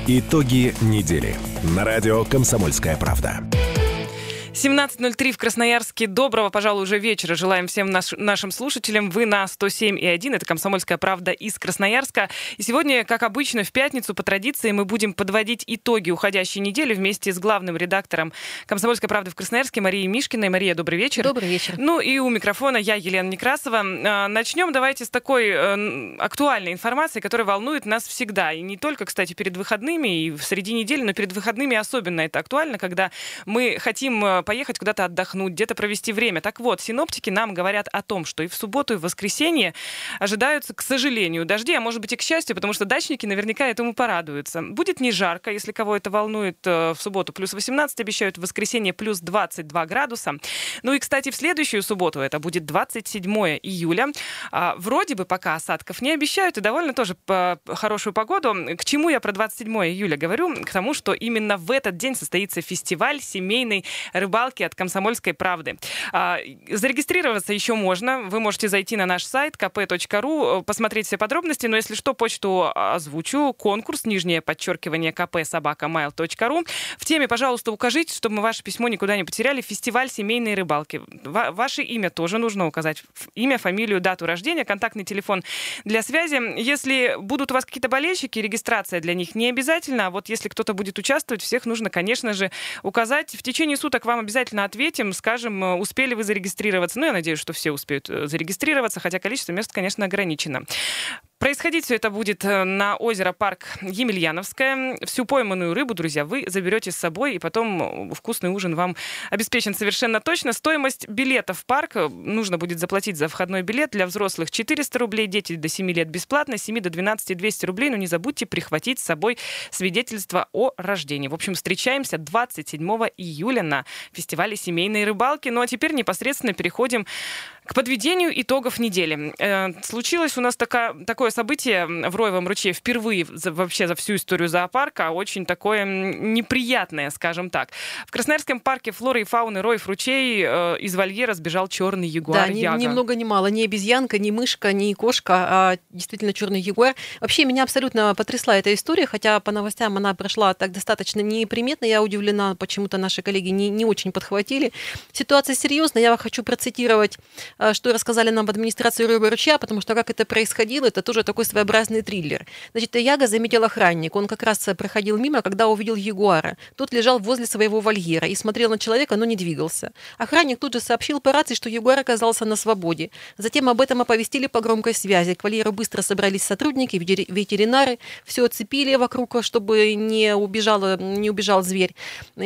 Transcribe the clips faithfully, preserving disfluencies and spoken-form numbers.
Итоги недели на радио «Комсомольская правда». семнадцать ноль три в Красноярске. Доброго, пожалуй, уже вечера желаем всем наш, нашим слушателям. Вы на сто семь и один. Это «Комсомольская правда» из Красноярска. И сегодня, как обычно, в пятницу по традиции мы будем подводить итоги уходящей недели вместе с главным редактором «Комсомольской правды» в Красноярске Марией Мишкиной. Мария, добрый вечер. Добрый вечер. Ну и у микрофона я, Елена Некрасова. Начнем давайте с такой актуальной информации, которая волнует нас всегда. И не только, кстати, перед выходными и в среди недели, но перед выходными особенно это актуально, когда мы хотим поехать куда-то отдохнуть, где-то провести время. Так вот, синоптики нам говорят о том, что и в субботу, и в воскресенье ожидаются, к сожалению, дожди, а может быть и к счастью, потому что дачники наверняка этому порадуются. Будет не жарко, если кого это волнует, в субботу плюс восемнадцать обещают, в воскресенье плюс двадцать два градуса. Ну и, кстати, в следующую субботу, это будет двадцать седьмое июля, вроде бы пока осадков не обещают, и довольно тоже хорошую погоду. К чему я про двадцать седьмое июля говорю? К тому, что именно в этот день состоится фестиваль семейной рыбалки от «Комсомольской правды». А, зарегистрироваться еще можно. Вы можете зайти на наш сайт ка пэ точка ру, посмотреть все подробности, но если что, почту озвучу. Конкурс, нижнее подчеркивание, kp собака mail точка ру. В теме, пожалуйста, укажите, чтобы мы ваше письмо никуда не потеряли. Фестиваль семейной рыбалки. Ва- ваше имя тоже нужно указать. Имя, фамилию, дату рождения, контактный телефон для связи. Если будут у вас какие-то болельщики, регистрация для них не обязательно, а вот если кто-то будет участвовать, всех нужно, конечно же, указать. В течение суток вам обязательно ответим, скажем, успели вы зарегистрироваться. Ну, я надеюсь, что все успеют зарегистрироваться, хотя количество мест, конечно, ограничено. Происходить все это будет на озеро-парк Емельяновское. Всю пойманную рыбу, друзья, вы заберете с собой, и потом вкусный ужин вам обеспечен совершенно точно. Стоимость билета в парк нужно будет заплатить за входной билет. Для взрослых четыреста рублей, дети до семи лет бесплатно, с семи до двенадцати двести рублей. Но не забудьте прихватить с собой свидетельство о рождении. В общем, встречаемся двадцать седьмого июля на фестивале семейной рыбалки. Ну а теперь непосредственно переходим к подведению итогов недели. Э, случилось у нас такая, такое событие в Роевом ручье впервые за, вообще за всю историю зоопарка, очень такое неприятное, скажем так. В Красноярском парке флоры и фауны Роев ручей э, из вольера сбежал черный ягуар Да, ни, Яга. ни много ни мало. Ни обезьянка, ни мышка, ни кошка, а действительно черный ягуар. Вообще меня абсолютно потрясла эта история, хотя по новостям она прошла так достаточно неприметно. Я удивлена, почему-то наши коллеги не, не очень подхватили. Ситуация серьезная. Я хочу процитировать, что рассказали нам в администрации Роевого ручья, потому что как это происходило, это тоже такой своеобразный триллер. Значит, Яга заметил охранник. Он как раз проходил мимо, когда увидел ягуара. Тот лежал возле своего вольера и смотрел на человека, но не двигался. Охранник тут же сообщил по рации, что ягуар оказался на свободе. Затем об этом оповестили по громкой связи. К вольеру быстро собрались сотрудники, ветеринары, все оцепили вокруг, чтобы не убежал, не убежал зверь.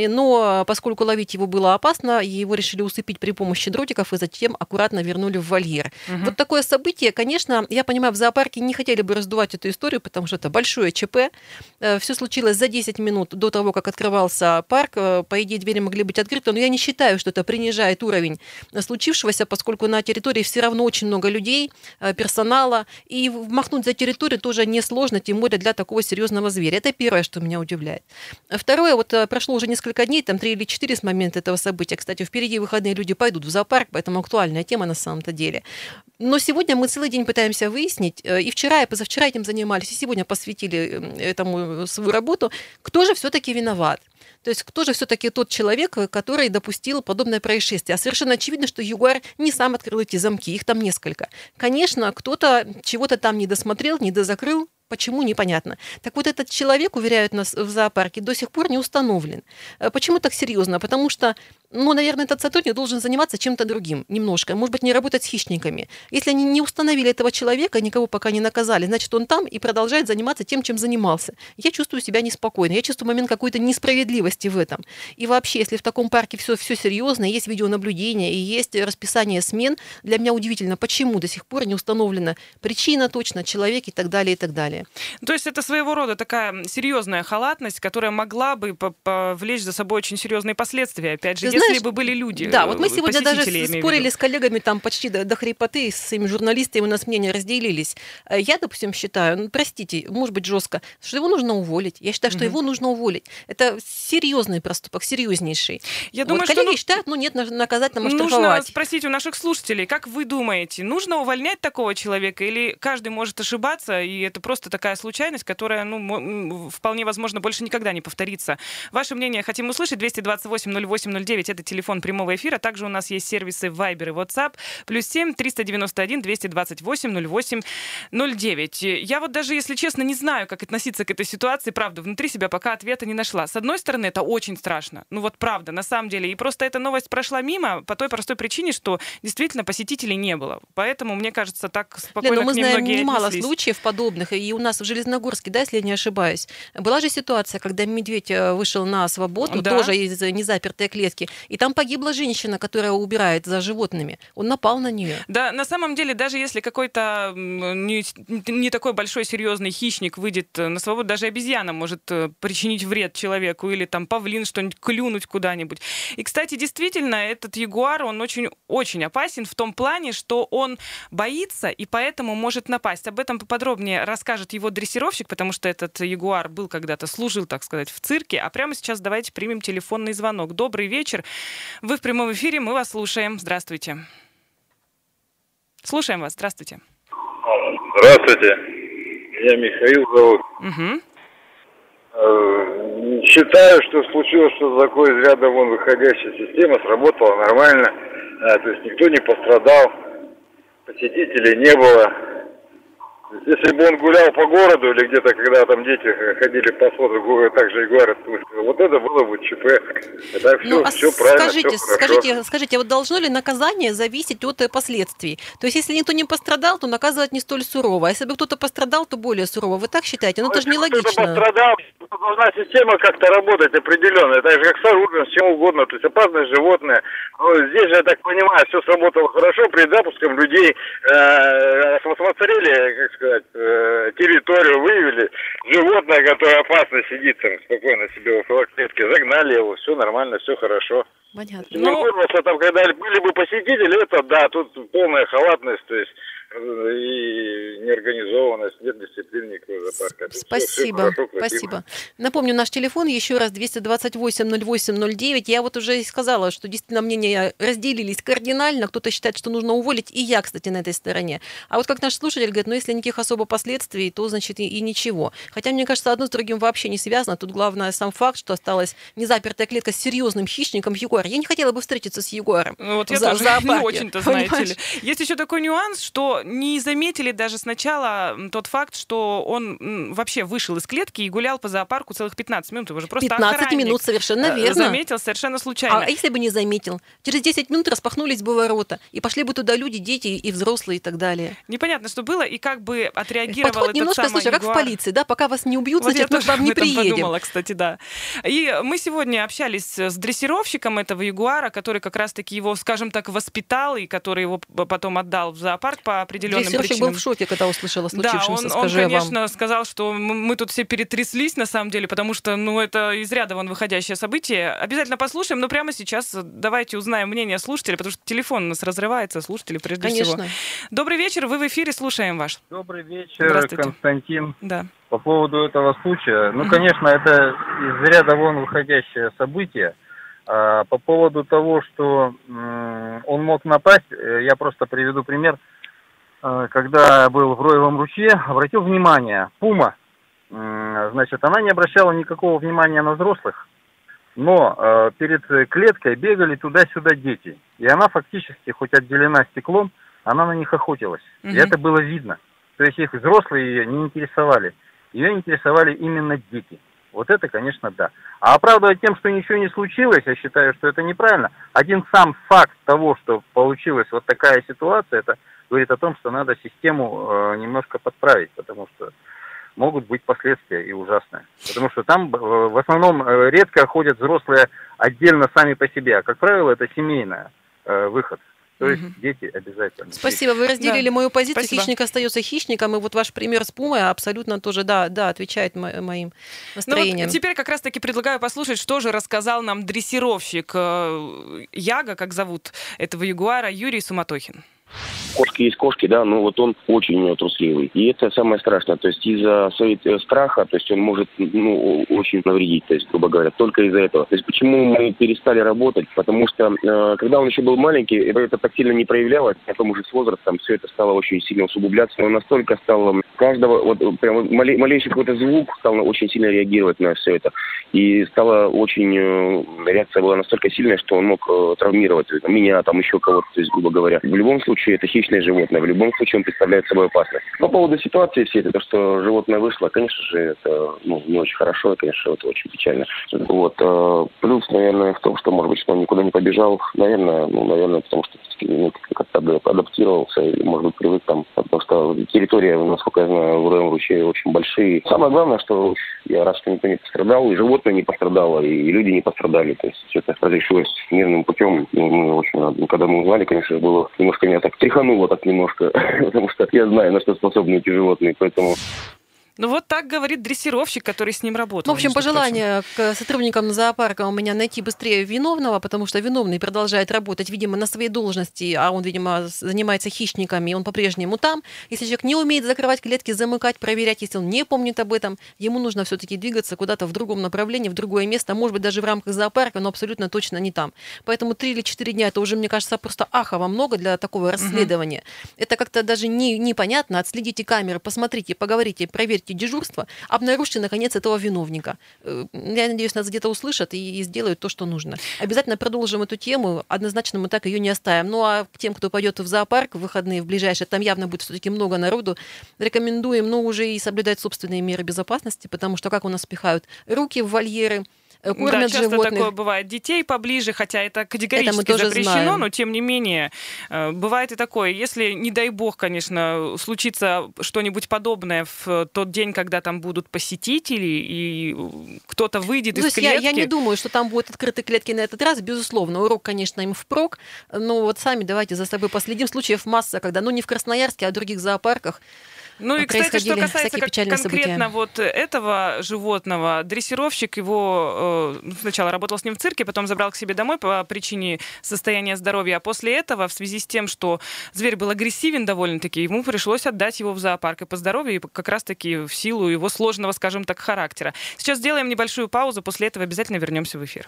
Но поскольку ловить его было опасно, его решили усыпить при помощи дротиков и затем аккуратно вернули в вольер. Угу. Вот такое событие, конечно, я понимаю, в зоопарке не хотели бы раздувать эту историю, потому что это большое ЧП. Все случилось за десять минут до того, как открывался парк. По идее, двери могли быть открыты, но я не считаю, что это принижает уровень случившегося, поскольку на территории все равно очень много людей, персонала, и махнуть за территорию тоже несложно, тем более для такого серьезного зверя. Это первое, что меня удивляет. Второе, вот прошло уже несколько дней, там три или четыре с момента этого события. Кстати, впереди выходные люди пойдут в зоопарк, поэтому актуальная тема на самом-то деле. Но сегодня мы целый день пытаемся выяснить, и вчера, и позавчера этим занимались, и сегодня посвятили этому свою работу, кто же все-таки виноват. То есть кто же все-таки тот человек, который допустил подобное происшествие? А совершенно очевидно, что ягуар не сам открыл эти замки, их там несколько. Конечно, кто-то чего-то там не досмотрел, не дозакрыл. Почему, непонятно. Так вот, этот человек, уверяют нас в зоопарке, до сих пор не установлен. Почему так серьезно? Потому что, ну, наверное, этот сотрудник должен заниматься чем-то другим немножко. Может быть, не работать с хищниками. Если они не установили этого человека, никого пока не наказали, значит, он там и продолжает заниматься тем, чем занимался. Я чувствую себя неспокойно. Я чувствую момент какой-то несправедливости в этом. И вообще, если в таком парке все, все серьезно, есть видеонаблюдение и есть расписание смен, для меня удивительно, почему до сих пор не установлена причина точно, человек и так далее, и так далее. То есть это своего рода такая серьезная халатность, которая могла бы повлечь за собой очень серьезные последствия, опять же, Ты если знаешь, бы были люди. Да, вот мы сегодня даже спорили спорили с коллегами там почти до, до хрипоты, с своими журналистами, у нас мнения разделились. Я, допустим, считаю, ну, простите, может быть, жестко, что его нужно уволить. Я считаю, что угу. его нужно уволить. Это серьезный проступок, серьезнейший. Я вот думаю, коллеги что, ну, считают, ну нет, наказать, нам оштрафовать. Нужно спросить у наших слушателей, как вы думаете, нужно увольнять такого человека или каждый может ошибаться, и это просто просто такая случайность, которая, ну, вполне возможно, больше никогда не повторится. Ваше мнение хотим услышать. двести двадцать восемь ноль восемь ноль девять — это телефон прямого эфира. Также у нас есть сервисы Viber и WhatsApp. Плюс семь триста девяносто один двести двадцать восемь ноль восемь ноль девять. Я вот даже, если честно, не знаю, как относиться к этой ситуации. Правда, внутри себя пока ответа не нашла. С одной стороны, это очень страшно. Ну вот правда, на самом деле. И просто эта новость прошла мимо по той простой причине, что действительно посетителей не было. Поэтому, мне кажется, так спокойно Лена, к мы ним знаем многие немало отнеслись. случаев подобных. И у нас в Железногорске, да, если я не ошибаюсь, была же ситуация, когда медведь вышел на свободу, Да. тоже из незапертой клетки, и там погибла женщина, которая убирает за животными. Он напал на нее. Да, на самом деле, даже если какой-то не, не такой большой серьезный хищник выйдет на свободу, даже обезьяна может причинить вред человеку или там павлин что-нибудь клюнуть куда-нибудь. И, кстати, действительно, этот ягуар, он очень-очень опасен в том плане, что он боится и поэтому может напасть. Об этом поподробнее расскажет его дрессировщик, потому что этот ягуар был когда-то, служил, так сказать, в цирке. А прямо сейчас давайте примем телефонный звонок. Добрый вечер. Вы в прямом эфире, мы вас слушаем. Здравствуйте. Слушаем вас. Здравствуйте. Здравствуйте. Меня Михаил зовут. Угу. Считаю, что случилось что-то такое из ряда вон выходящая система, сработала нормально, то есть никто не пострадал, посетителей не было. Если бы он гулял по городу или где-то, когда там дети ходили по своду, также ягуар, вот это было бы ЧП. Это все, Ну, а все правильно, скажите, все хорошо. скажите, скажите, а вот должно ли наказание зависеть от э, последствий? То есть, если никто не пострадал, то наказывать не столь сурово. А если бы кто-то пострадал, то более сурово. Вы так считаете? Ну, это же Если кто-то нелогично. пострадал, то должна система как-то работать определенно. Так же, как с оружием, с чем угодно. То есть опасное животное. Но здесь же, я так понимаю, все сработало хорошо. При запуском людей э, осмотрели, как сказать, э, территорию, выявили. Животное, которое опасно сидит там спокойно себе в клетке, загнали его. Все нормально, все хорошо. Понятно. Если бы вырвался там, когда были бы посетители, это да, тут полная халатность, то есть и неорганизованность, нет дисциплины никакого зоопарка. Тут Спасибо, всё- всё хорошо, красиво. спасибо. Напомню, наш телефон еще раз двести двадцать восемь ноль восемь ноль девять. Я вот уже и сказала, что действительно мнения разделились кардинально. Кто-то считает, что нужно уволить, и я, кстати, на этой стороне. А вот как наш слушатель говорит, ну если никаких особо последствий, то значит и, и ничего. Хотя, мне кажется, одно с другим вообще не связано. Тут главное сам факт, что осталась незапертая клетка с серьезным хищником ягуар. Я не хотела бы встретиться с ягуаром. Ну, вот я в, тоже в зоопарке, не очень-то, знаете понимаешь? ли. Есть еще такой нюанс, что не заметили даже сначала тот факт, что он м, вообще вышел из клетки и гулял по зоопарку целых пятнадцать минут. Его же просто пятнадцать охранник, минут, совершенно э, верно. заметил совершенно случайно. А если бы не заметил? Через десять минут распахнулись бы ворота, и пошли бы туда люди, дети и взрослые и так далее. Непонятно, что было, и как бы отреагировал Подход этот немножко, самый слушай, как в ягуар. полиции, да? Пока вас не убьют, Вот я значит, мы к тоже вам не об этом приедем. подумала, кстати, да. И мы сегодня общались с дрессировщиком этого ягуара, который как раз-таки его, скажем так, воспитал, и который его потом отдал в зоопарк по определенным Дрессировщик причинам. был в шоке, когда услышал о Да, случившемся, он, он, скажу я вам. конечно, сказал, что мы мы тут все перетряслись, на самом деле, потому что, ну, это из ряда вон выходящее событие. Обязательно послушаем, но прямо сейчас давайте узнаем мнение слушателя, потому что телефон у нас разрывается, слушатели прежде Конечно. всего. Добрый вечер, вы в эфире, слушаем ваш. Добрый вечер, Здравствуйте. Константин. Да. По поводу этого случая, ну, Мгм. конечно, это из ряда вон выходящее событие. А, по поводу того, что м, он мог напасть, э, я просто приведу пример. Э, Когда был в Роевом ручье, обратил внимание, пума, м, значит, она не обращала никакого внимания на взрослых, но э, перед клеткой бегали туда-сюда дети. И она фактически, хоть отделена стеклом, она на них охотилась. Мгм. И это было видно. То есть их взрослые ее не интересовали. Ее интересовали именно дети. Вот это, конечно, да. А оправдывать тем, что ничего не случилось, я считаю, что это неправильно. Один сам факт того, что получилась вот такая ситуация, это говорит о том, что надо систему э, немножко подправить, потому что могут быть последствия и ужасные. Потому что там э, в основном э, редко ходят взрослые отдельно сами по себе, а, как правило, это семейный э, выход. То есть Мгм. дети обязательно. Спасибо, вы разделили Да. мою позицию. Спасибо. Хищник остается хищником, и вот ваш пример с пумой абсолютно тоже, да, да, отвечает мо- моим Ну настроениям. вот теперь как раз-таки предлагаю послушать, что же рассказал нам дрессировщик э, Яга, как зовут этого ягуара, Юрий Суматохин. Кошки собаки, есть кошки, да, но вот он очень трусливый. И это самое страшное. То есть из-за своего страха, то есть он может, ну, очень навредить, то есть, грубо говоря, только из-за этого. То есть почему мы перестали работать? Потому что, э, когда он еще был маленький, это, это так сильно не проявлялось, потом уже с возрастом все это стало очень сильно усугубляться. Он настолько стал каждого, вот прям малей, малейший какой-то звук стал очень сильно реагировать на все это. И стала очень, э, реакция была настолько сильная, что он мог э, травмировать меня, там еще кого-то, то есть, грубо говоря. В любом случае, это хищное животное, в любом случае он представляет собой опасность. По поводу ситуации всей, это то, что животное вышло, конечно же, это, ну, не очень хорошо, и, конечно, это очень печально. Вот. Э, плюс, наверное, в том, что, может быть, что он никуда не побежал, наверное, ну, наверное, потому что ну, как-то адаптировался, или, может быть, привык там, потому что территория, насколько я знаю, в Роевом ручье очень большие. Самое главное, что я рад, что никто не пострадал, и животное не пострадало, и люди не пострадали. То есть это разрешилось мирным путем. И мы очень рады. Когда мы узнали, конечно, было немножко меня так тряхануло так немножко, потому что я знаю, на что способны эти животные, поэтому... Ну вот так говорит дрессировщик, который с ним работал. Ну, в общем, пожелание к сотрудникам зоопарка у меня найти быстрее виновного, потому что виновный продолжает работать, видимо, на своей должности, а он, видимо, занимается хищниками, и он по-прежнему там. Если человек не умеет закрывать клетки, замыкать, проверять, если он не помнит об этом, ему нужно все-таки двигаться куда-то в другом направлении, в другое место, может быть, даже в рамках зоопарка, но абсолютно точно не там. Поэтому три или четыре дня, это уже, мне кажется, просто ахово много для такого расследования. Угу. Это как-то даже не, непонятно. Отследите камеры, посмотрите, поговорите, проверьте дежурство, обнаружьте, наконец, этого виновника. Я надеюсь, нас где-то услышат и, и сделают то, что нужно. Обязательно продолжим эту тему. Однозначно мы так ее не оставим. Ну, а тем, кто пойдет в зоопарк в выходные, в ближайшие, там явно будет все-таки много народу, рекомендуем, ну, уже и соблюдать собственные меры безопасности, потому что как у нас пихают руки в вольеры, кормят да, часто животных. Такое бывает. Детей поближе, хотя это категорически это запрещено, знаем. Но тем не менее бывает и такое. Если, не дай бог, конечно, случится что-нибудь подобное в тот день, когда там будут посетители, и кто-то выйдет ну, из клетки... Я, я не думаю, что там будут открыты клетки на этот раз. Безусловно, урок, конечно, им впрок. Но вот сами давайте за собой последим. Случаев масса, когда, ну, не в Красноярске, а в других зоопарках. Ну и, кстати, что касается как конкретно события. вот этого животного, дрессировщик его э, сначала работал с ним в цирке, потом забрал к себе домой по причине состояния здоровья, а после этого, в связи с тем, что зверь был агрессивен довольно-таки, ему пришлось отдать его в зоопарк и по здоровью, и как раз-таки в силу его сложного, скажем так, характера. Сейчас сделаем небольшую паузу, после этого обязательно вернемся в эфир.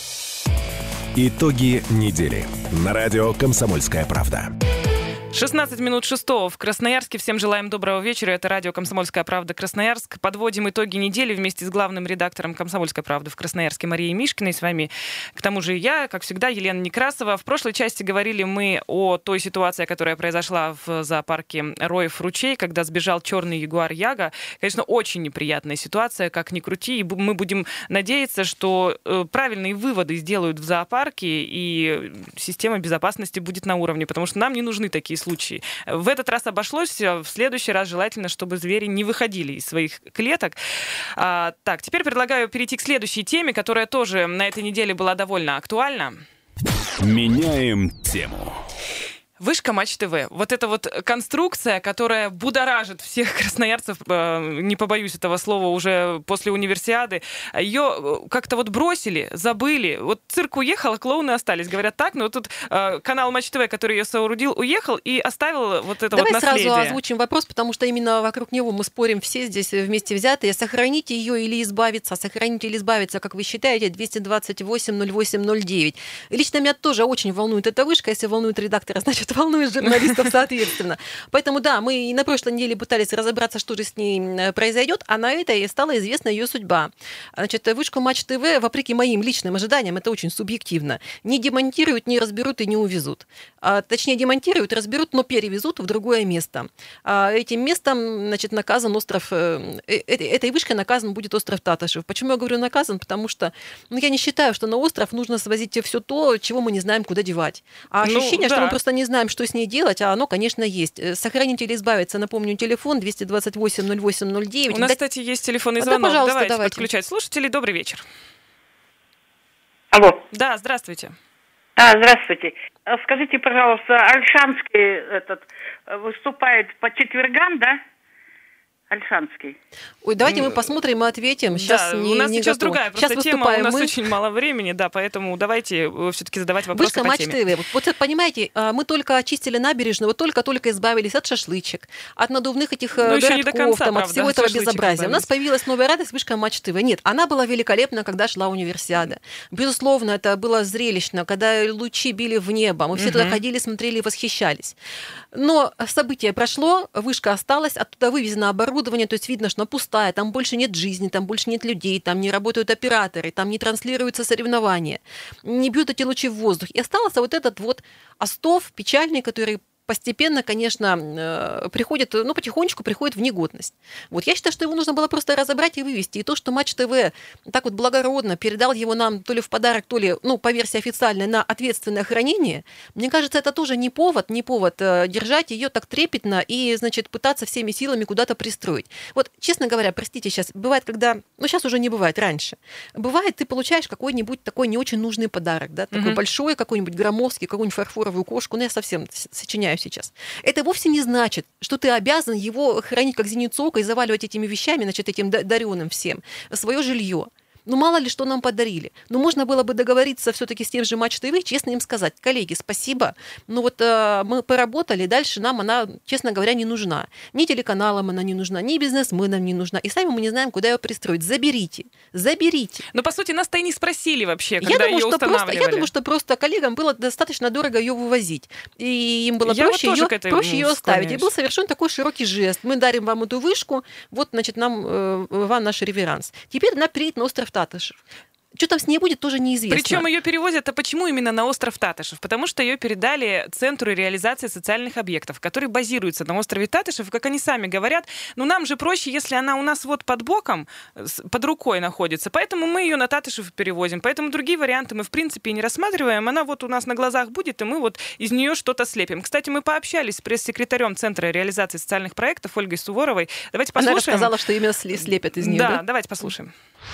Итоги недели на радио «Комсомольская правда». шестнадцать минут шестого в Красноярске. Всем желаем доброго вечера. Это радио «Комсомольская правда» Красноярск. Подводим итоги недели вместе с главным редактором «Комсомольской правды» в Красноярске Марией Мишкиной. С вами, к тому же, я, как всегда, Елена Некрасова. В прошлой части говорили мы о той ситуации, которая произошла в зоопарке Роев ручей, когда сбежал черный ягуар Яга. Конечно, очень неприятная ситуация, как ни крути. И мы будем надеяться, что правильные выводы сделают в зоопарке, и система безопасности будет на уровне, потому что нам не нужны такие случаи. случаи. В этот раз обошлось, в следующий раз желательно, чтобы звери не выходили из своих клеток. А, так, теперь предлагаю перейти к следующей теме, которая тоже на этой неделе была довольно актуальна. Меняем тему. Вышка Матч ТВ. Вот эта вот конструкция, которая будоражит всех красноярцев, не побоюсь этого слова, уже после универсиады, ее как-то вот бросили, забыли. Вот цирк уехал, а клоуны остались. Говорят так, но вот тут канал Матч ТВ, который ее соорудил, уехал и оставил вот это Давай вот наследие. Давай сразу озвучим вопрос, потому что именно вокруг него мы спорим все здесь вместе взятые. Сохранить ее или избавиться? Сохранить или избавиться, как вы считаете? двести двадцать восемь ноль восемь ноль девять. Лично меня тоже очень волнует эта вышка. Если волнует редактора, значит, волнует журналистов соответственно. Поэтому да, мы и на прошлой неделе пытались разобраться, что же с ней произойдет, а на этой стала известна ее судьба. Значит, вышку Матч ТВ, вопреки моим личным ожиданиям, это очень субъективно, не демонтируют, не разберут и не увезут. А, точнее, демонтируют, разберут, но перевезут в другое место. А, этим местом, значит, наказан остров, э, э, этой вышкой наказан будет остров Татышев. Почему я говорю наказан? Потому что ну, я не считаю, что на остров нужно свозить все то, чего мы не знаем, куда девать. А ощущение, ну, да. что мы просто не знаем, что с ней делать, а оно, конечно, есть. Сохранить или избавиться, напомню, телефон двести двадцать восемь ноль восемь ноль девять. У нас, да... кстати, есть телефонный звонок. Да, пожалуйста, давайте, давайте подключать слушателей. Добрый вечер. Алло. Да, здравствуйте. А, здравствуйте. Скажите, пожалуйста, Ольшанский этот выступает по четвергам, да? Ольшанский. Ой, давайте мы посмотрим и ответим. Сейчас да, не, у нас не сейчас готова. другая Сейчас просто тема, у нас мы. очень мало времени, да, поэтому давайте все-таки задавать вопросы Вышка по Матч теме. ТВ. Вот понимаете, мы только очистили набережную, вот только-только избавились от шашлычек, от надувных этих ну, еще не до городков, конца, там, от правда, всего этого шашлычек безобразия. избавились. У нас появилась новая радость Вышка Матч ТВ. Нет, она была великолепна, когда шла универсиада. Безусловно, это было зрелищно, когда лучи били в небо. Мы все угу. туда ходили, смотрели и восхищались. Но событие прошло, вышка осталась, оттуда вывезено оборудование, то есть видно, что она пустая, там больше нет жизни, там больше нет людей, там не работают операторы, там не транслируются соревнования, не бьют эти лучи в воздух. И остался вот этот вот остов печальный, который постепенно, конечно, приходит, ну, потихонечку приходит в негодность. Вот я считаю, что его нужно было просто разобрать и вывести. И то, что Матч ТВ так вот благородно передал его нам то ли в подарок, то ли, ну, по версии официальной, на ответственное хранение, мне кажется, это тоже не повод, не повод держать ее так трепетно и, значит, пытаться всеми силами куда-то пристроить. Вот, честно говоря, простите, сейчас бывает, когда, ну, сейчас уже не бывает, раньше. Бывает, ты получаешь какой-нибудь такой не очень нужный подарок, да, такой mm-hmm. большой, какой-нибудь громоздкий, какую-нибудь фарфоровую кошку, ну, я совсем сочиняю сейчас. Это вовсе не значит, что ты обязан его хранить как зеницу ока и заваливать этими вещами, значит, этим дареным всем, свое жилье. Ну, мало ли, что нам подарили. Но можно было бы договориться все-таки с тем же Матч ТВ, честно им сказать: коллеги, спасибо, ну вот э, мы поработали, дальше нам она, честно говоря, не нужна. Ни телеканалам она не нужна, ни бизнесменам не нужна. И сами мы не знаем, куда ее пристроить. Заберите, заберите. Но, по сути, нас-то и не спросили вообще, когда я думаю, ее что устанавливали. Просто, я думаю, что просто коллегам было достаточно дорого ее вывозить. И им было я проще, вот ее, проще ее оставить. И был совершен такой широкий жест. Мы дарим вам эту вышку, вот, значит, нам, э, вам наш реверанс. Теперь она приедет на остров Татышев. Что там с ней будет, тоже неизвестно. Причем ее перевозят, а почему именно на остров Татышев? Потому что ее передали Центру реализации социальных объектов, который базируется на острове Татышев. Как они сами говорят, ну нам же проще, если она у нас вот под боком, под рукой находится. Поэтому мы ее на Татышев перевозим. Поэтому другие варианты мы в принципе и не рассматриваем. Она вот у нас на глазах будет, и мы вот из нее что-то слепим. Кстати, мы пообщались с пресс-секретарем Центра реализации социальных проектов Ольгой Суворовой. Давайте послушаем. Она рассказала, что именно слепят из нее. Да, да? давайте послушаем.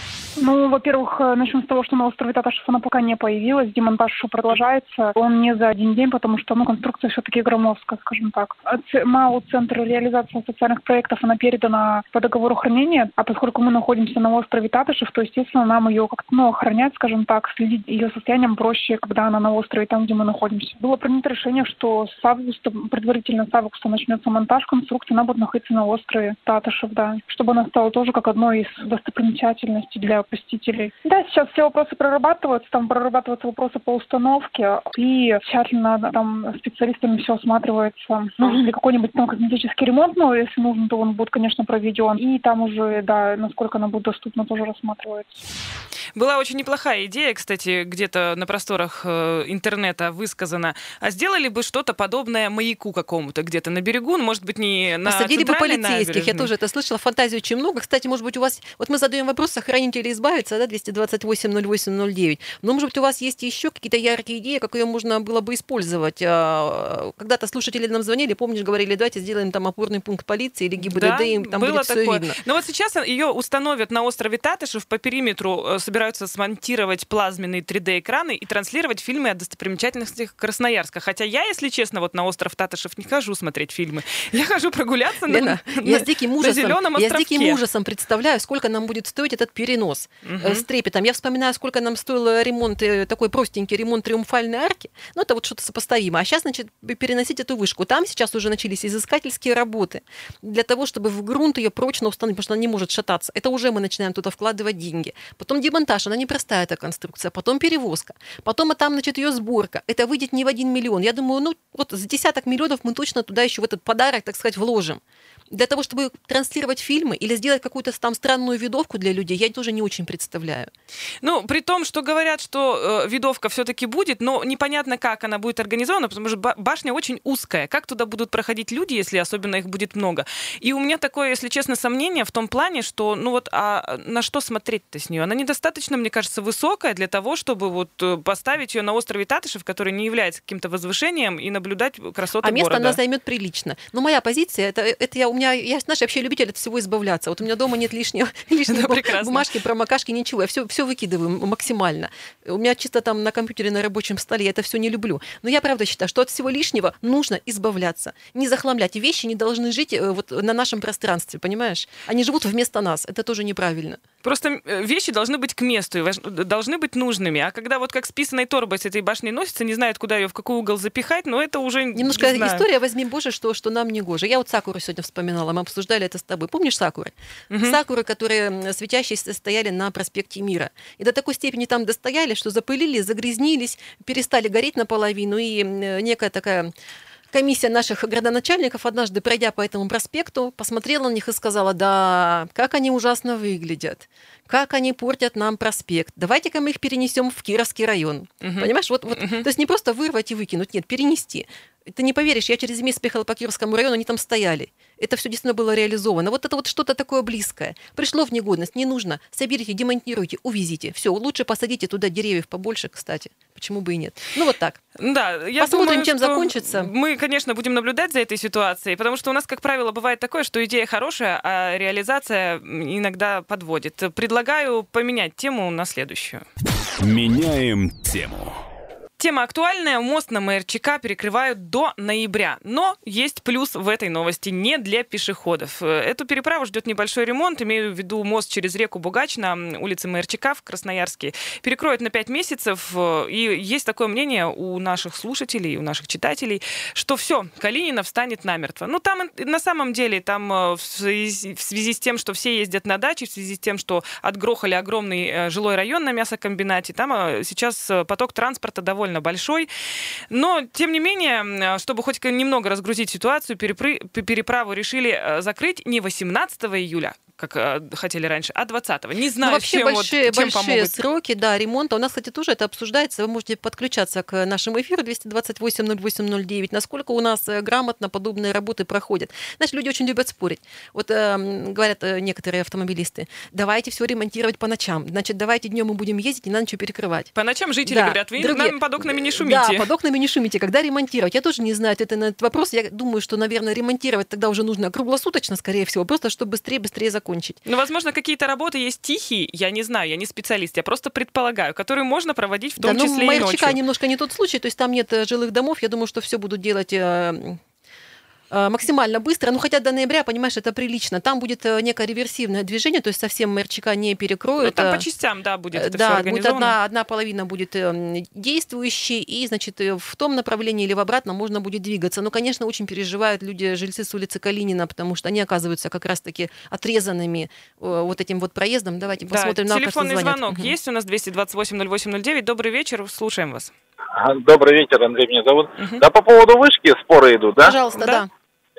Ну, во-первых, начнем с того, что на острове Татышев она пока не появилась, демонтаж еще продолжается. Он не за один день, потому что, ну, конструкция все-таки громоздкая, скажем так. МАУ Центр реализации социальных проектов, она передана по договору хранения, а поскольку мы находимся на острове Татышев, то, естественно, нам ее как-то, ну, охранять, скажем так, следить ее состоянием проще, когда она на острове, там, где мы находимся. Было принято решение, что с августа, предварительно с августа начнется монтаж конструкции, она будет находиться на острове Татышев, да, чтобы она стала тоже как одной из достопримечательностей для посетителей. Да, сейчас все вопросы прорабатываются, там прорабатываются вопросы по установке, и тщательно там специалистами все осматривается. Нужен ли какой-нибудь там косметический ремонт, ну, если нужен, то он будет, конечно, проведен. И там уже, да, насколько она будет доступна, тоже рассматривается. Была очень неплохая идея, кстати, где-то на просторах э, интернета высказана. А сделали бы что-то подобное маяку какому-то где-то на берегу, ну, может быть, не на Посадили бы центральной полицейских, набережной. Я тоже это слышала, фантазии очень много. Кстати, может быть, у вас, вот мы задаем вопрос, сохранить или избавиться, да, двести двадцать восемь ноль восемь ноль девять. Но, может быть, у вас есть еще какие-то яркие идеи, как ее можно было бы использовать. Когда-то слушатели нам звонили, помнишь, говорили, давайте сделаем там опорный пункт полиции или ГИБДД, да, им там было будет все такое. видно. Но вот сейчас ее установят на острове Татышев, по периметру собираются смонтировать плазменные три дэ-экраны и транслировать фильмы о достопримечательностях Красноярска. Хотя я, если честно, вот на остров Татышев не хожу смотреть фильмы. Я хожу прогуляться Лена, на, я на, с диким на зеленом островке. Я с диким ужасом представляю, сколько нам будет стоить этот перенос угу. с трепетом. Я вспоминаю, сколько нам стоил ремонт, такой простенький ремонт Триумфальной арки. Ну, это вот что-то сопоставимое. А сейчас, значит, переносить эту вышку. Там сейчас уже начались изыскательские работы для того, чтобы в грунт ее прочно установить, потому что она не может шататься. Это уже мы начинаем туда вкладывать деньги. Потом демонтаж, она непростая, эта конструкция. Потом перевозка. Потом, а там, значит, ее сборка. Это выйдет не в один миллион. Я думаю, ну, вот с десяток миллионов мы точно туда еще в этот подарок, так сказать, вложим. Для того, чтобы транслировать фильмы или сделать какую-то там странную видовку для людей, я тоже не очень представляю. Ну, при том, что говорят, что э, видовка все-таки будет, но непонятно, как она будет организована, потому что башня очень узкая. Как туда будут проходить люди, если особенно их будет много? И у меня такое, если честно, сомнение в том плане, что, ну вот, а на что смотреть-то с нее? Она недостаточно, мне кажется, высокая для того, чтобы вот поставить ее на острове Татышев, который не является каким-то возвышением, и наблюдать красоты города. А место города. Она займет прилично. Но моя позиция, это, это я, у меня меня, я, знаешь, вообще любитель от всего избавляться. Вот у меня дома нет лишнего, лишней бумажки, промокашки, ничего. Я все, все выкидываю максимально. У меня чисто там на компьютере, на рабочем столе, я это все не люблю. Но я правда считаю, что от всего лишнего нужно избавляться. Не захламлять. Вещи не должны жить вот на нашем пространстве, понимаешь? Они живут вместо нас. Это тоже неправильно. Просто вещи должны быть к месту, должны быть нужными. А когда вот как с писаной торбой с этой башней носится, не знают, куда ее, в какой угол запихать, но это уже немножко не история, возьми, Боже, что, что нам не гоже. Я вот сакуру сегодня вспоминала, мы обсуждали это с тобой. Помнишь сакуры? Угу. Сакуры, которые светящиеся стояли на проспекте Мира. И до такой степени там достояли, что запылили, загрязнились, перестали гореть наполовину, и некая такая... Комиссия наших градоначальников, однажды пройдя по этому проспекту, посмотрела на них и сказала: да, как они ужасно выглядят, как они портят нам проспект. Давайте-ка мы их перенесем в Кировский район. Uh-huh. Понимаешь, вот, вот, uh-huh. То есть не просто вырвать и выкинуть, нет, перенести. Ты не поверишь, я через месяц поехала по Кировскому району, они там стояли. Это все действительно было реализовано. Вот это вот что-то такое близкое. Пришло в негодность, не нужно. Соберите, демонтируйте, увезите. Все, лучше посадите туда деревьев побольше, кстати. Почему бы и нет? Ну вот так. Да, я посмотрим, думаю, чем что закончится. Мы, конечно, будем наблюдать за этой ситуацией, потому что у нас, как правило, бывает такое, что идея хорошая, а реализация иногда подводит. Предлагаю поменять тему на следующую. Меняем тему. Тема актуальная. Мост на МРЧК перекрывают до ноября. Но есть плюс в этой новости не для пешеходов. Эту переправу ждет небольшой ремонт. Имею в виду мост через реку Бугач на улице МРЧК в Красноярске. Перекроют на пять месяцев. И есть такое мнение у наших слушателей, у наших читателей, что все, Калинина встанет намертво. Ну, там на самом деле, там в связи, в связи с тем, что все ездят на даче, в связи с тем, что отгрохали огромный жилой район на мясокомбинате, там сейчас поток транспорта довольно большой. Но, тем не менее, чтобы хоть немного разгрузить ситуацию, переправу решили закрыть не восемнадцатого июля, как хотели раньше, а двадцатого. Не знаю, ну, вообще чем, большие, вот, чем большие помогут. сроки, да, ремонта. У нас, кстати, тоже это обсуждается. Вы можете подключаться к нашему эфиру двести двадцать восемь ноль восемь ноль девять. Насколько у нас грамотно подобные работы проходят. Знаешь, люди очень любят спорить. Вот э, говорят э, некоторые автомобилисты: давайте все ремонтировать по ночам. Значит, давайте днем мы будем ездить и на ночь перекрывать. По ночам жители да. говорят: вы Другие... нам под окнами не шумите. Да, под окнами не шумите. Когда ремонтировать? Я тоже не знаю ответа на этот вопрос. Я думаю, что, наверное, ремонтировать тогда уже нужно круглосуточно, скорее всего, просто чтобы быстрее-быстрее закончить. Ну, возможно, какие-то работы есть тихие, я не знаю, я не специалист, я просто предполагаю, которые можно проводить в том да, числе ну, и ночью. МРЧК немножко не тот случай, то есть там нет жилых домов. Я думаю, что все будут делать э, э, максимально быстро. Ну, хотя до ноября, понимаешь, это прилично. Там будет э, некое реверсивное движение, то есть совсем МРЧК не перекроют. Ну, там по частям, да, будет это да, все организовано. Будет одна, одна половина будет э, действующей, и, значит, в том направлении или в обратном можно будет двигаться. Но, конечно, очень переживают люди, жильцы с улицы Калинина, потому что они оказываются как раз-таки отрезанными э, вот этим вот проездом. Давайте да, посмотрим. На телефонный звонок угу. есть у нас двести двадцать восемь ноль восемь ноль девять. Добрый вечер, слушаем вас. Добрый вечер, Андрей меня зовут. Угу. Да, по поводу вышки споры идут, да? Пожалуйста, да. да.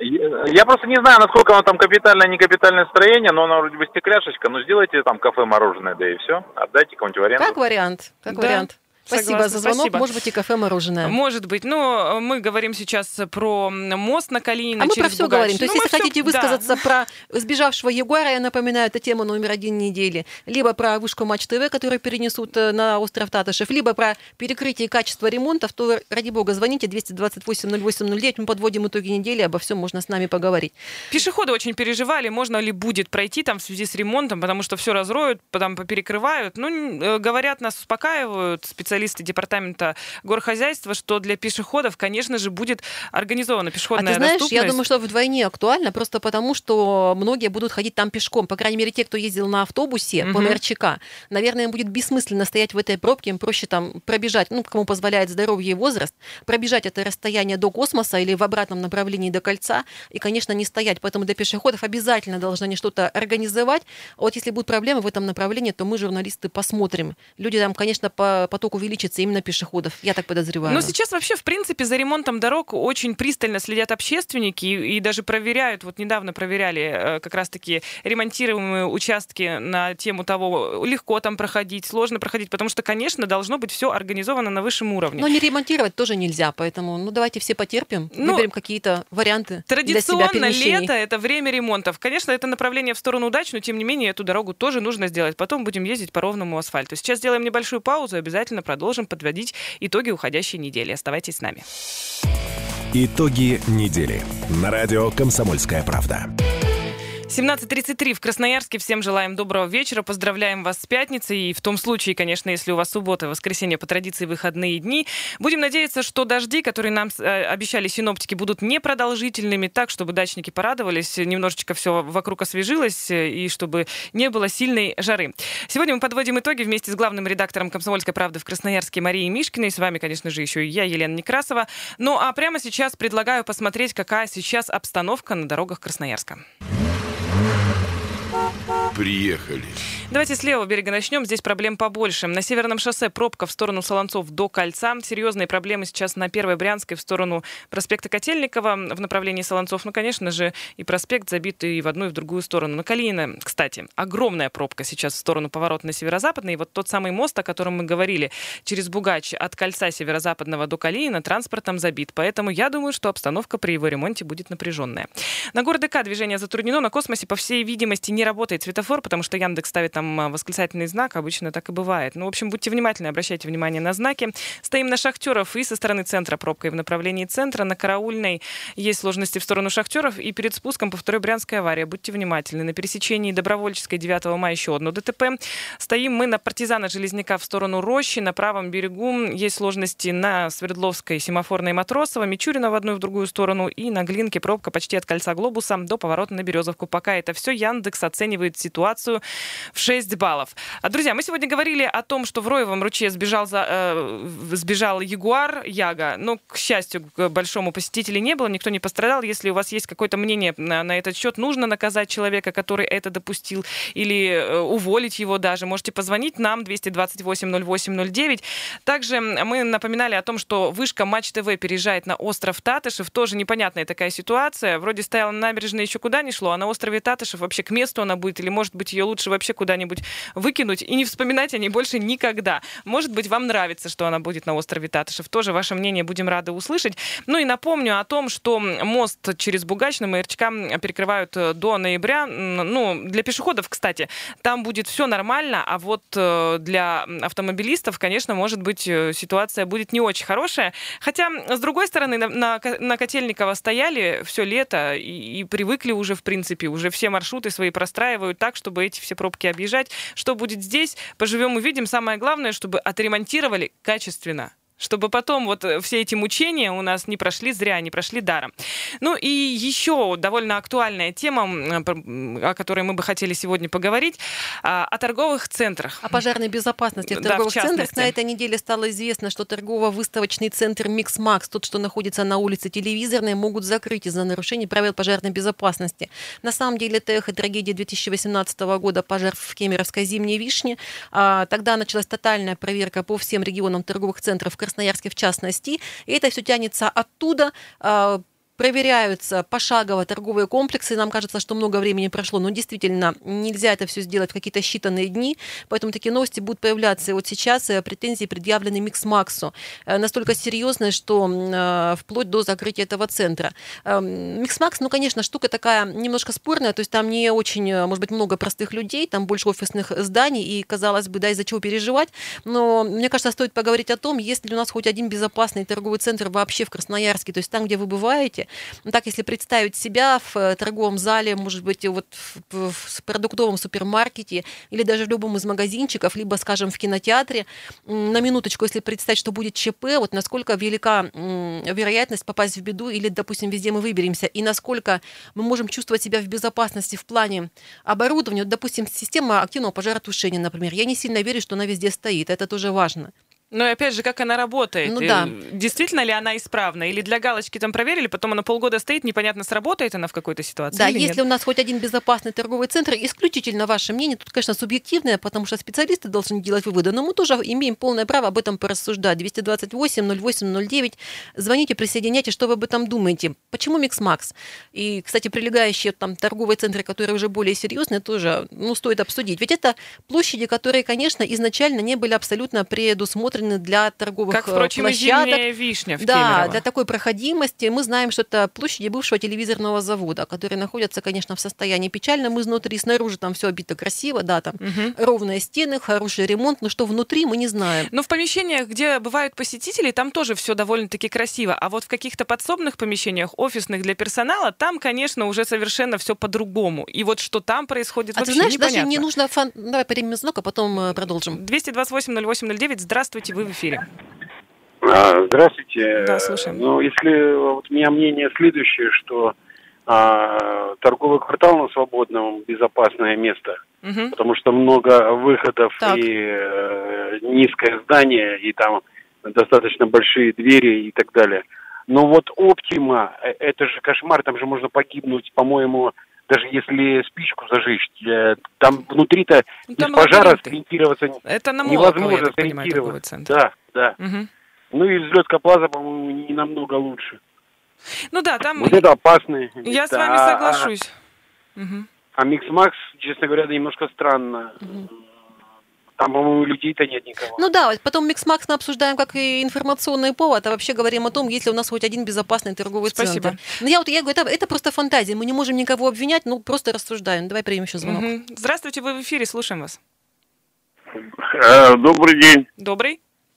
Я просто не знаю, насколько оно там капитальное, не капитальное строение, но оно вроде бы стекляшечка. Ну, сделайте там кафе-мороженое, да и все. Отдайте кому-нибудь в аренду. Как вариант, как да. вариант. Спасибо Согласна, за звонок. спасибо. Может быть, и кафе-мороженое. Может быть. Но мы говорим сейчас про мост на Калинина. А мы через про все Бугач. говорим. То есть, ну, если хотите все... высказаться да. про сбежавшего Ягуара, я напоминаю, это тема номер один недели. Либо про вышку Матч ТВ, которую перенесут на остров Татышев, либо про перекрытие и качество ремонтов, то, ради бога, звоните двести двадцать восемь ноль восемь ноль девять. Мы подводим итоги недели, обо всем можно с нами поговорить. Пешеходы очень переживали, можно ли будет пройти там в связи с ремонтом, потому что все разроют, потом перекрывают. Ну, говорят, нас успокаивают специалисты департамента горхозяйства, что для пешеходов, конечно же, будет организована пешеходная доступность. А ты знаешь, доступность. я думаю, что вдвойне актуально, просто потому, что многие будут ходить там пешком. По крайней мере, те, кто ездил на автобусе угу. по МРЧК, наверное, им будет бессмысленно стоять в этой пробке, им проще там пробежать, ну, кому позволяет здоровье и возраст, пробежать это расстояние до космоса или в обратном направлении до кольца, и, конечно, не стоять. Поэтому для пешеходов обязательно должны они что-то организовать. А вот если будут проблемы в этом направлении, то мы, журналисты, посмотрим. Люди там, конечно, по поток увеличится именно пешеходов. Я так подозреваю. Но сейчас вообще, в принципе, за ремонтом дорог очень пристально следят общественники и, и даже проверяют, вот недавно проверяли как раз-таки ремонтируемые участки на тему того, легко там проходить, сложно проходить, потому что, конечно, должно быть все организовано на высшем уровне. Но не ремонтировать тоже нельзя, поэтому ну давайте все потерпим, ну, выберем какие-то варианты традиционно для себя перемещений. Лето — это время ремонтов. Конечно, это направление в сторону удач, но тем не менее эту дорогу тоже нужно сделать. Потом будем ездить по ровному асфальту. Сейчас сделаем небольшую паузу и обязательно продолжим подводить итоги уходящей недели. Оставайтесь с нами. Итоги недели на радио «Комсомольская правда». семнадцать тридцать три в Красноярске. Всем желаем доброго вечера. Поздравляем вас с пятницей. И в том случае, конечно, если у вас суббота, воскресенье, по традиции выходные дни. Будем надеяться, что дожди, которые нам обещали синоптики, будут непродолжительными, так, чтобы дачники порадовались, немножечко все вокруг освежилось, и чтобы не было сильной жары. Сегодня мы подводим итоги вместе с главным редактором «Комсомольской правды» в Красноярске Марией Мишкиной. С вами, конечно же, еще и я, Елена Некрасова. Ну а прямо сейчас предлагаю посмотреть, какая сейчас обстановка на дорогах Красноярска. Приехали. Давайте с левого берега начнем. Здесь проблем побольше. На Северном шоссе пробка в сторону Солонцов до Кольца. Серьезные проблемы сейчас на Первой Брянской в сторону проспекта Котельникова в направлении Солонцов. Ну, конечно же, и проспект забит и в одну, и в другую сторону. На Калинина, кстати, огромная пробка сейчас в сторону поворота на Северо-Западный. И вот тот самый мост, о котором мы говорили, через Бугач от Кольца Северо-Западного до Калинина транспортом забит. Поэтому я думаю, что обстановка при его ремонте будет напряженная. На город ДК движение затруднено. На Космосе, по всей видимости, не работает светофор, потому что Яндекс ставит там восклицательный знак, обычно так и бывает. Ну, в общем, будьте внимательны, обращайте внимание на знаки. Стоим на Шахтеров и со стороны центра пробка, и в направлении центра. На Караульной есть сложности в сторону Шахтеров, и перед спуском по второй Брянской авария. Будьте внимательны. На пересечении Добровольческой девятого мая еще одно ДТП. Стоим мы на Партизана Железняка в сторону Рощи. На правом берегу есть сложности на Свердловской, Семафорной, Матросова, Мичурина в одну и в другую сторону, и на Глинке пробка почти от Кольца Глобуса до поворота на Березовку. Пока это все. Яндекс оценивает ситуацию в шесть баллов. А, друзья, мы сегодня говорили о том, что в Роевом ручье сбежал, за, э, сбежал ягуар, яга. Но, к счастью, к большому посетителей не было, никто не пострадал. Если у вас есть какое-то мнение на, на этот счет, нужно наказать человека, который это допустил, или э, уволить его даже, можете позвонить нам двести двадцать восемь ноль восемь ноль девять. Также мы напоминали о том, что вышка Матч ТВ переезжает на остров Татышев. Тоже непонятная такая ситуация. Вроде стояла на набережной, еще куда не шло, а на острове Татышев вообще к месту она будет, или, может быть, ее лучше вообще куда-нибудь выкинуть и не вспоминать о ней больше никогда. Может быть, вам нравится, что она будет на острове Татышев. Тоже ваше мнение будем рады услышать. Ну и напомню о том, что мост через Бугач на МРЧК перекрывают до ноября. Ну, для пешеходов, кстати, там будет все нормально, а вот для автомобилистов, конечно, может быть, ситуация будет не очень хорошая. Хотя, с другой стороны, на, на, на Котельниково стояли все лето и, и привыкли уже, в принципе, уже все маршруты свои простраивают так, чтобы эти все пробки объезжать. Что будет здесь, поживем, увидим. Самое главное, чтобы отремонтировали качественно. Чтобы потом вот все эти мучения у нас не прошли зря, не прошли даром. Ну и еще довольно актуальная тема, о которой мы бы хотели сегодня поговорить, о торговых центрах. О пожарной безопасности в торговых да, в центрах. На этой неделе стало известно, что торгово-выставочный центр «Микс-Макс», тот, что находится на улице Телевизорной, могут закрыть из-за нарушений правил пожарной безопасности. На самом деле это эхо трагедии две тысячи восемнадцатого года, пожар в Кемеровской Зимней Вишне. Тогда началась тотальная проверка по всем регионам торговых центров, в Красноярске в частности, и это все тянется оттуда. Проверяются пошагово торговые комплексы. Нам кажется, что много времени прошло, но действительно нельзя это все сделать в какие-то считанные дни. Поэтому такие новости будут появляться. И вот сейчас претензии предъявлены Микс-Максу. Настолько серьезные, что вплоть до закрытия этого центра. Микс-Макс, ну, конечно, штука такая немножко спорная. То есть там не очень, может быть, много простых людей, там больше офисных зданий. И, казалось бы, да, из-за чего переживать. Но, мне кажется, стоит поговорить о том, есть ли у нас хоть один безопасный торговый центр вообще в Красноярске. То есть там, где вы бываете. Так, если представить себя в торговом зале, может быть, вот в, в продуктовом супермаркете или даже в любом из магазинчиков, либо, скажем, в кинотеатре, на минуточку, если представить, что будет ЧП, вот насколько велика вероятность попасть в беду или, допустим, везде мы выберемся, и насколько мы можем чувствовать себя в безопасности в плане оборудования. Вот, допустим, система активного пожаротушения, например. Я не сильно верю, что она везде стоит, это тоже важно. Но опять же, как она работает? Ну, да. Действительно ли она исправна? Или для галочки там проверили, потом она полгода стоит, непонятно, сработает она в какой-то ситуации да, или если нет? У нас хоть один безопасный торговый центр, исключительно ваше мнение, тут, конечно, субъективное, потому что специалисты должны делать выводы, но мы тоже имеем полное право об этом порассуждать. двести двадцать восемь ноль восемь ноль девять. Звоните, присоединяйтесь, что вы об этом думаете. Почему Микс-Макс? И, кстати, прилегающие там торговые центры, которые уже более серьезные, тоже ну, стоит обсудить. Ведь это площади, которые, конечно, изначально не были абсолютно предусмотрены предусмотрены для торговых как, впрочем, площадок. И зимняя вишня в Да, Кемерово. для такой проходимости. Мы знаем, что это площади бывшего телевизорного завода, которые находятся, конечно, в состоянии печальном изнутри. Снаружи там все обито красиво, да, там угу. ровные стены, хороший ремонт, но что внутри, мы не знаем. Но в помещениях, где бывают посетители, там тоже все довольно-таки красиво. А вот в каких-то подсобных помещениях, офисных для персонала, там, конечно, уже совершенно все по-другому. И вот что там происходит, а вообще ты знаешь, непонятно. даже не нужно... Фан... Давай примем звонок, а потом продолжим. двести двадцать восемь ноль восемь ноль девять. Здравствуйте, вы в эфире. А, здравствуйте. Да, слушаем. Ну, если вот у меня мнение следующее, что а, торговый квартал на Свободном безопасное место, угу. потому что много выходов так. и э, низкое здание, и там достаточно большие двери и так далее. Но вот Оптима, это же кошмар, там же можно погибнуть, по-моему, даже если спичку зажечь, там внутри-то ну, там без пожара сориентироваться это на невозможно сориентироваться. Да, да. Угу. Ну и взлетка Плаза, по-моему, не намного лучше. Ну да, там... Вот это опасные. Я это, с вами соглашусь. А, угу. а Микс-Макс, честно говоря, немножко странно. Угу. Там, по-моему, людей-то нет никого. Ну да, потом Микс-Макс мы обсуждаем как и информационный повод, а вообще говорим о том, есть ли у нас хоть один безопасный торговый Спасибо. центр. Но я вот я говорю, это, это просто фантазия, мы не можем никого обвинять, ну просто рассуждаем. Давай примем еще звонок. Угу. Здравствуйте, вы в эфире, слушаем вас. Добрый день. Добрый.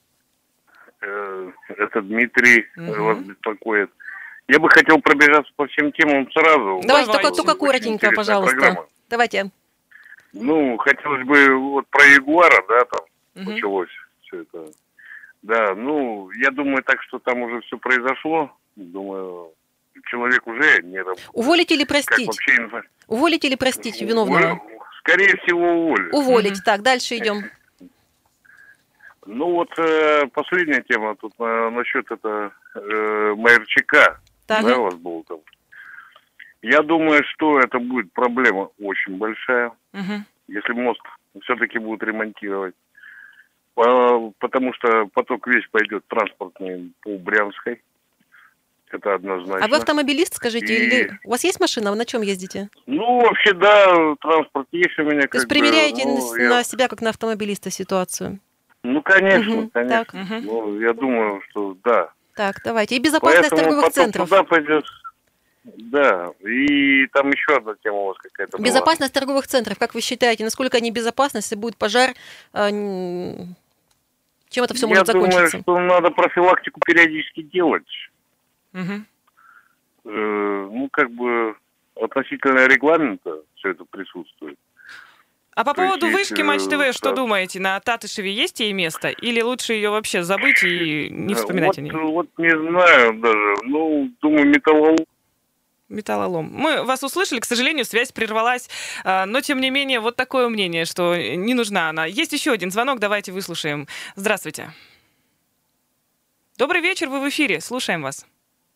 Это Дмитрий угу. вас беспокоит. Я бы хотел пробежаться по всем темам сразу. Давайте, только, только коротенько, пожалуйста. Программа. Давайте. Ну, хотелось бы вот про Ягуара, да, там угу. началось все это. Да, ну, я думаю так, что там уже все произошло. Думаю, человек уже не работает. Уволить или простить? Вообще... Уволить или простить виновного? Скорее всего, уволить. Уволить. Угу. Так, дальше идем. Ну вот э, последняя тема тут э, насчет это э, Майорчака, так. да, у вас был там. Я думаю, что это будет проблема очень большая, угу. если мост все-таки будут ремонтировать, по, потому что поток весь пойдет транспортный по Брянской, это однозначно. А вы автомобилист, скажите, И... или у вас есть машина, вы на чем ездите? Ну вообще да, транспорт есть у меня. То есть примеряете ну, на я... себя как на автомобилиста ситуацию? Ну, конечно, угу, конечно. Так. Ну, я думаю, что да. Так, давайте. И безопасность Поэтому торговых центров. Туда пойдет. Да. И там еще одна тема у вас какая-то была. Безопасность торговых центров. Как вы считаете, насколько они безопасны, если будет пожар? Э, чем это все я может закончиться? Я думаю, что надо профилактику периодически делать. Угу. Э, ну, как бы относительно регламента все это присутствует. А по поводу вышки Матч ТВ, что да. думаете? На Татышеве есть ей место? Или лучше ее вообще забыть и не вспоминать вот, о ней? Вот не знаю даже. Ну, думаю, металлолом. Металлолом. Мы вас услышали, к сожалению, связь прервалась. Но, тем не менее, вот такое мнение, что не нужна она. Есть еще один звонок, давайте выслушаем. Здравствуйте. Добрый вечер, вы в эфире, слушаем вас.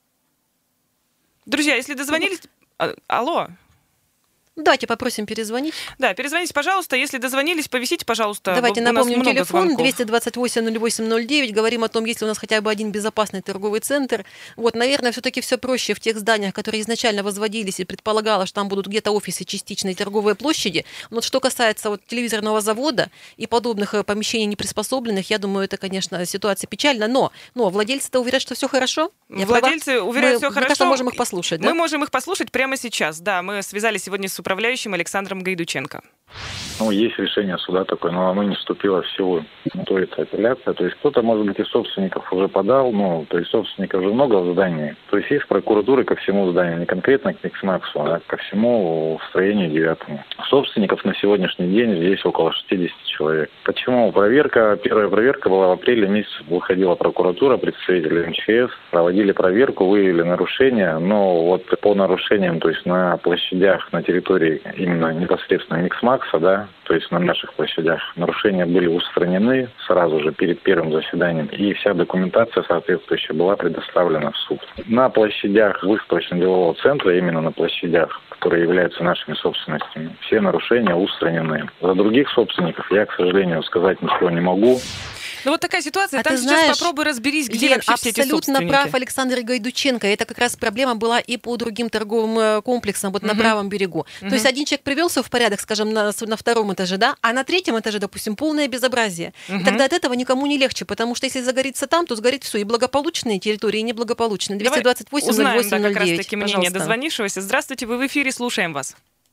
Друзья, если дозвонились... Алло. Давайте попросим перезвонить. Да, перезвоните, пожалуйста. Если дозвонились, повисите, пожалуйста. Давайте напомним телефон звонков. двести двадцать восемь ноль восемь ноль девять. Говорим о том, есть ли у нас хотя бы один безопасный торговый центр. Вот, наверное, все-таки все проще в тех зданиях, которые изначально возводились и предполагалось, что там будут где-то офисы, частичные торговые площади. Но вот что касается вот телевизорного завода и подобных помещений неприспособленных, я думаю, это, конечно, ситуация печальна. Но, но владельцы-то уверяют, что все хорошо. Я владельцы права? уверяют, мы, все хорошо. Мы, кажется, можем их послушать, да? Мы можем их послушать прямо сейчас. Да, мы связались сегодня с управляющим Александром Гайдученко. Ну, есть решение суда такое, но оно не вступило в силу. Ну, то есть апелляция. То есть кто-то, может быть, из собственников уже подал, ну, то есть собственников уже много в здании. То есть есть прокуратура ко всему зданию, не конкретно к Микс-Максу, а ко всему строению девятому. Собственников на сегодняшний день здесь около шестьдесят человек. Почему? Проверка, первая проверка была в апреле месяце, выходила прокуратура, представители эм че эс, проводили проверку, выявили нарушения, но вот по нарушениям, то есть на площадях, на территории именно непосредственно Микс-Макса, да, то есть на наших площадях, нарушения были устранены сразу же перед первым заседанием, и вся документация соответствующая была предоставлена в суд. На площадях выставочно-делового центра, именно на площадях, которые являются нашими собственностями, все нарушения устранены. За других собственников я, к сожалению, сказать ничего не могу. Ну вот такая ситуация, а там ты сейчас знаешь, попробуй разберись, где Лен, вообще все эти собственники. Абсолютно прав Александр Гайдученко. Это как раз проблема была и по другим торговым комплексам вот угу. на правом берегу. Угу. То есть один человек привел все в порядок, скажем, на, на втором этаже, да, а на третьем этаже, допустим, полное безобразие. Угу. И тогда от этого никому не легче, потому что если загорится там, то сгорит все, и благополучные территории, и неблагополучные. двести двадцать восемь ноль восемь ноль девять, да, как раз-таки мнение дозвонившегося. Здравствуйте, вы в эфире, слушаем вас.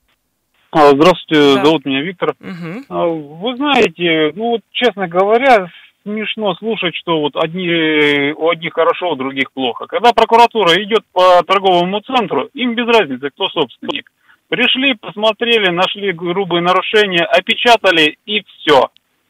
Здравствуйте, да. зовут меня Виктор. Угу. Вы знаете, ну вот, честно говоря, смешно слушать, что вот одни, у одних хорошо, у других плохо. Когда прокуратура идет по торговому центру, им без разницы, кто собственник. Пришли, посмотрели, нашли грубые нарушения, опечатали и все.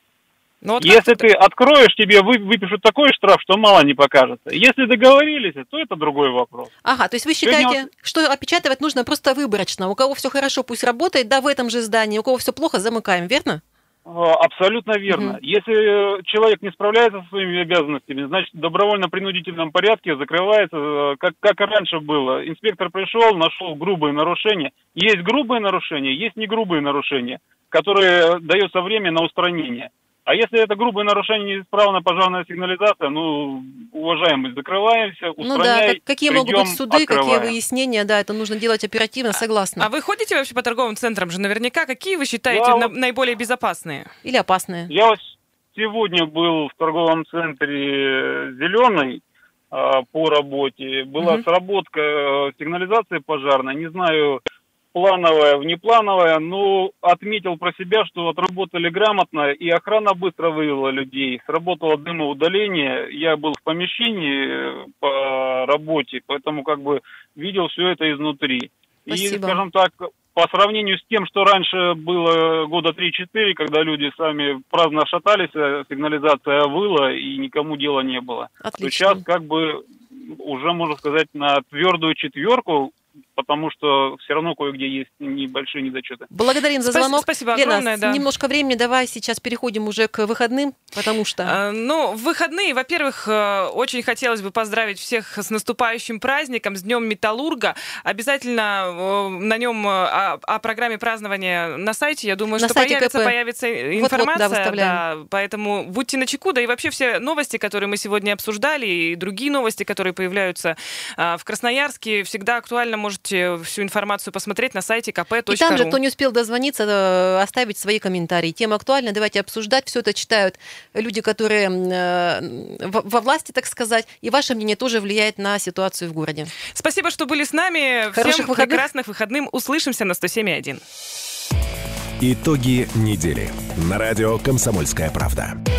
Ну, вот если ты откроешь, тебе вы, выпишут такой штраф, что мало не покажется. Если договорились, то это другой вопрос. Ага, то есть вы считаете, Сегодня... что опечатывать нужно просто выборочно? У кого все хорошо, пусть работает, да, в этом же здании. У кого все плохо, замыкаем, верно? Абсолютно верно. Угу. Если человек не справляется со своими обязанностями, значит, в добровольно-принудительном порядке закрывается, как, как и раньше было. Инспектор пришел, нашел грубые нарушения. Есть грубые нарушения, есть не грубые нарушения, которые дается время на устранение. А если это грубое нарушение, неисправная пожарная сигнализация, ну, уважаемые, закрываемся, устраняй, ну да, какие придем, могут быть суды, открываем. Какие выяснения, да, это нужно делать оперативно, согласна. А вы ходите вообще по торговым центрам же наверняка? Какие вы считаете я на- вот... наиболее безопасные? Или опасные? Я вот сегодня был в торговом центре «Зеленый» а, по работе. Была угу. сработка а, сигнализации пожарной, не знаю... плановая, внеплановая, но отметил про себя, что отработали грамотно, и охрана быстро вывела людей. Сработало дымоудаление, я был в помещении по работе, поэтому как бы видел все это изнутри. Спасибо. И, скажем так, по сравнению с тем, что раньше было года три-четыре, когда люди сами праздно шатались, сигнализация выла, и никому дела не было. Отлично. То сейчас как бы уже, можно сказать, на твердую четверку, потому что все равно кое-где есть небольшие недочеты. Благодарим за звонок. Спасибо Лена, огромное, да. Немножко времени, давай сейчас переходим уже к выходным, потому что... А, ну, в выходные, во-первых, очень хотелось бы поздравить всех с наступающим праздником, с Днем Металлурга. Обязательно на нем, о, о программе празднования на сайте, я думаю, на что появится, появится, появится информация. Вот-вот, да, да, поэтому будьте начеку, да и вообще все новости, которые мы сегодня обсуждали, и другие новости, которые появляются в Красноярске, всегда актуально. Можете всю информацию посмотреть на сайте ка пэ точка ру. И там же, кто не успел дозвониться, оставить свои комментарии. Тема актуальна, давайте обсуждать. Все это читают люди, которые во власти, так сказать. И ваше мнение тоже влияет на ситуацию в городе. Спасибо, что были с нами. Хороших Всем выходных. прекрасных выходных. Услышимся на сто семь и один. Итоги недели. На радио «Комсомольская правда».